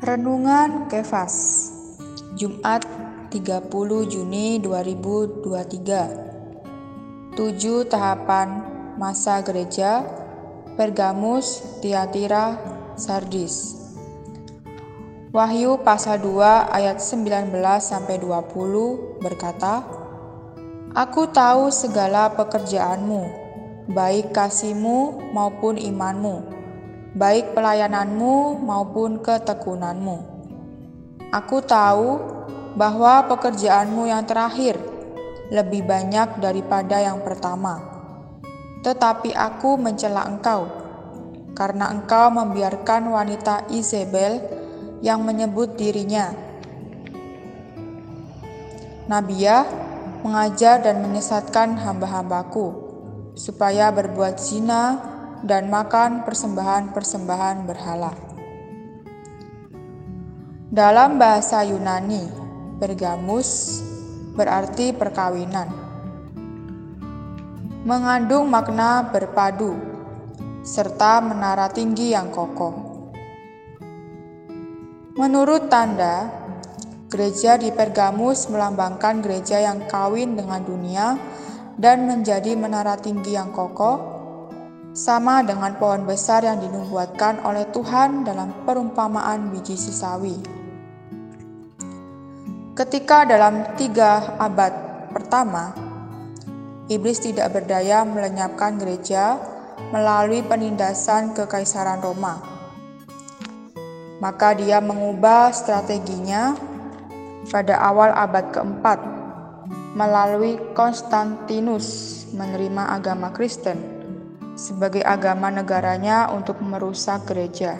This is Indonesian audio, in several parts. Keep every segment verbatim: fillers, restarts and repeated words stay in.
Renungan Kefas, Jumat tiga puluh Juni dua ribu dua puluh tiga. Tujuh tahapan masa gereja Pergamus, Tiatira, Sardis. Wahyu pasal dua ayat sembilan belas sampai dua puluh berkata, "Aku tahu segala pekerjaanmu, baik kasihmu maupun imanmu, baik pelayananmu maupun ketekunanmu. Aku tahu bahwa pekerjaanmu yang terakhir lebih banyak daripada yang pertama. Tetapi aku mencela engkau, karena engkau membiarkan wanita Izebel yang menyebut dirinya Nabiah mengajar dan menyesatkan hamba-hambaku, supaya berbuat zina dan makan persembahan-persembahan berhala." Dalam bahasa Yunani, Pergamus berarti perkawinan, mengandung makna berpadu, serta menara tinggi yang kokoh. Menurut tanda, gereja di Pergamus melambangkan gereja yang kawin dengan dunia dan menjadi menara tinggi yang kokoh, sama dengan pohon besar yang dinubuatkan oleh Tuhan dalam perumpamaan biji sesawi. Ketika dalam tiga abad pertama, iblis tidak berdaya melenyapkan gereja melalui penindasan kekaisaran Roma, maka dia mengubah strateginya pada awal abad keempat melalui Konstantinus menerima agama Kristen sebagai agama negaranya untuk merusak gereja.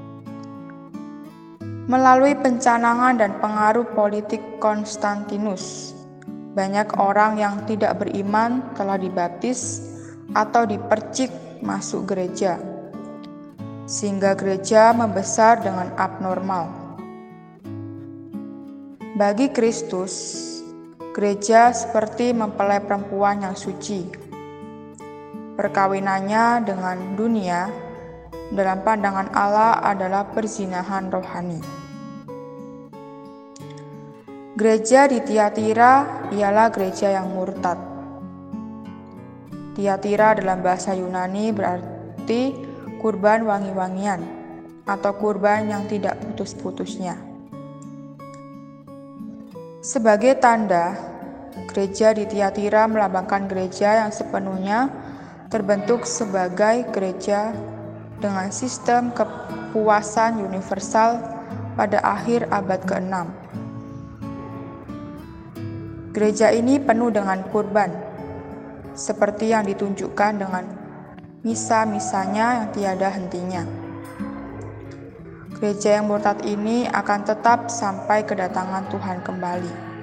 Melalui pencanangan dan pengaruh politik Konstantinus, banyak orang yang tidak beriman telah dibaptis atau dipercik masuk gereja, sehingga gereja membesar dengan abnormal. Bagi Kristus, gereja seperti mempelai perempuan yang suci. Perkawinannya dengan dunia dalam pandangan Allah adalah perzinahan rohani. Gereja di Tiatira ialah gereja yang murtad. Tiatira dalam bahasa Yunani berarti kurban wangi-wangian atau kurban yang tidak putus-putusnya. Sebagai tanda, gereja di Tiatira melambangkan gereja yang sepenuhnya terbentuk sebagai gereja dengan sistem kepuasan universal pada akhir abad keenam. Gereja ini penuh dengan kurban, seperti yang ditunjukkan dengan misa-misanya yang tiada hentinya. Gereja yang murtad ini akan tetap sampai kedatangan Tuhan kembali.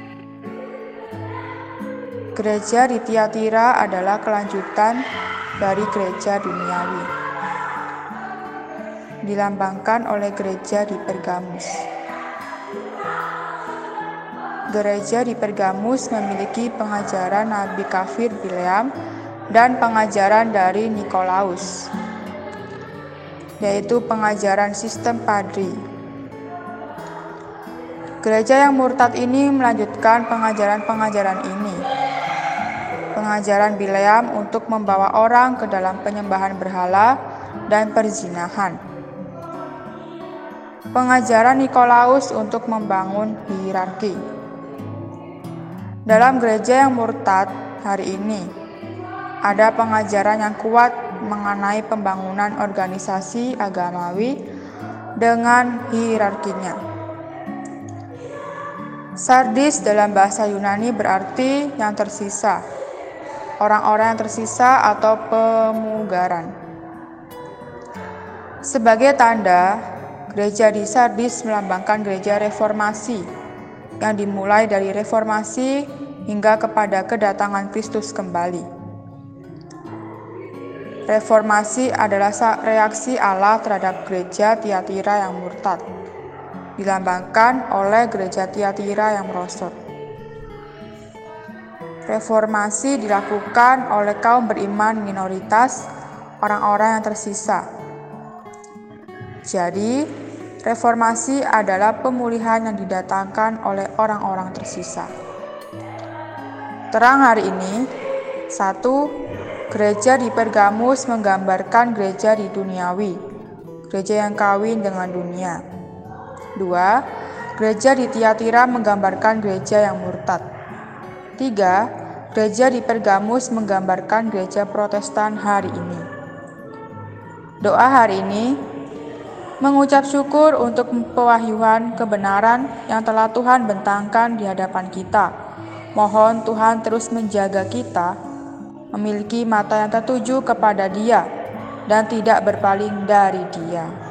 Gereja di Tiatira adalah kelanjutan dari gereja duniawi, dilambangkan oleh gereja di Pergamus. Gereja di Pergamus memiliki pengajaran Nabi kafir Bileam dan pengajaran dari Nikolaus, yaitu pengajaran sistem padri. Gereja yang murtad ini melanjutkan pengajaran-pengajaran ini. Pengajaran Bileam untuk membawa orang ke dalam penyembahan berhala dan perzinahan. Pengajaran Nikolaus untuk membangun hierarki. Dalam gereja yang murtad hari ini, ada pengajaran yang kuat mengenai pembangunan organisasi agamawi dengan hierarkinya. Sardis dalam bahasa Yunani berarti yang tersisa, orang-orang yang tersisa atau pemugaran. Sebagai tanda, gereja di Sardis melambangkan gereja reformasi yang dimulai dari reformasi hingga kepada kedatangan Kristus kembali. Reformasi adalah reaksi Allah terhadap gereja Tiatira yang murtad, dilambangkan oleh gereja Tiatira yang merosot. Reformasi dilakukan oleh kaum beriman minoritas, orang-orang yang tersisa. Jadi, Reformasi adalah pemulihan yang didatangkan oleh orang-orang tersisa. Terang hari ini, satu. Gereja di Pergamus menggambarkan gereja di duniawi, gereja yang kawin dengan dunia. Dua. Gereja di Tiatira menggambarkan gereja yang murtad. Tiga. Gereja di Pergamus menggambarkan gereja Protestan hari ini. Doa hari ini mengucap syukur untuk pewahyuan kebenaran yang telah Tuhan bentangkan di hadapan kita. Mohon Tuhan terus menjaga kita, memiliki mata yang tertuju kepada Dia, dan tidak berpaling dari Dia.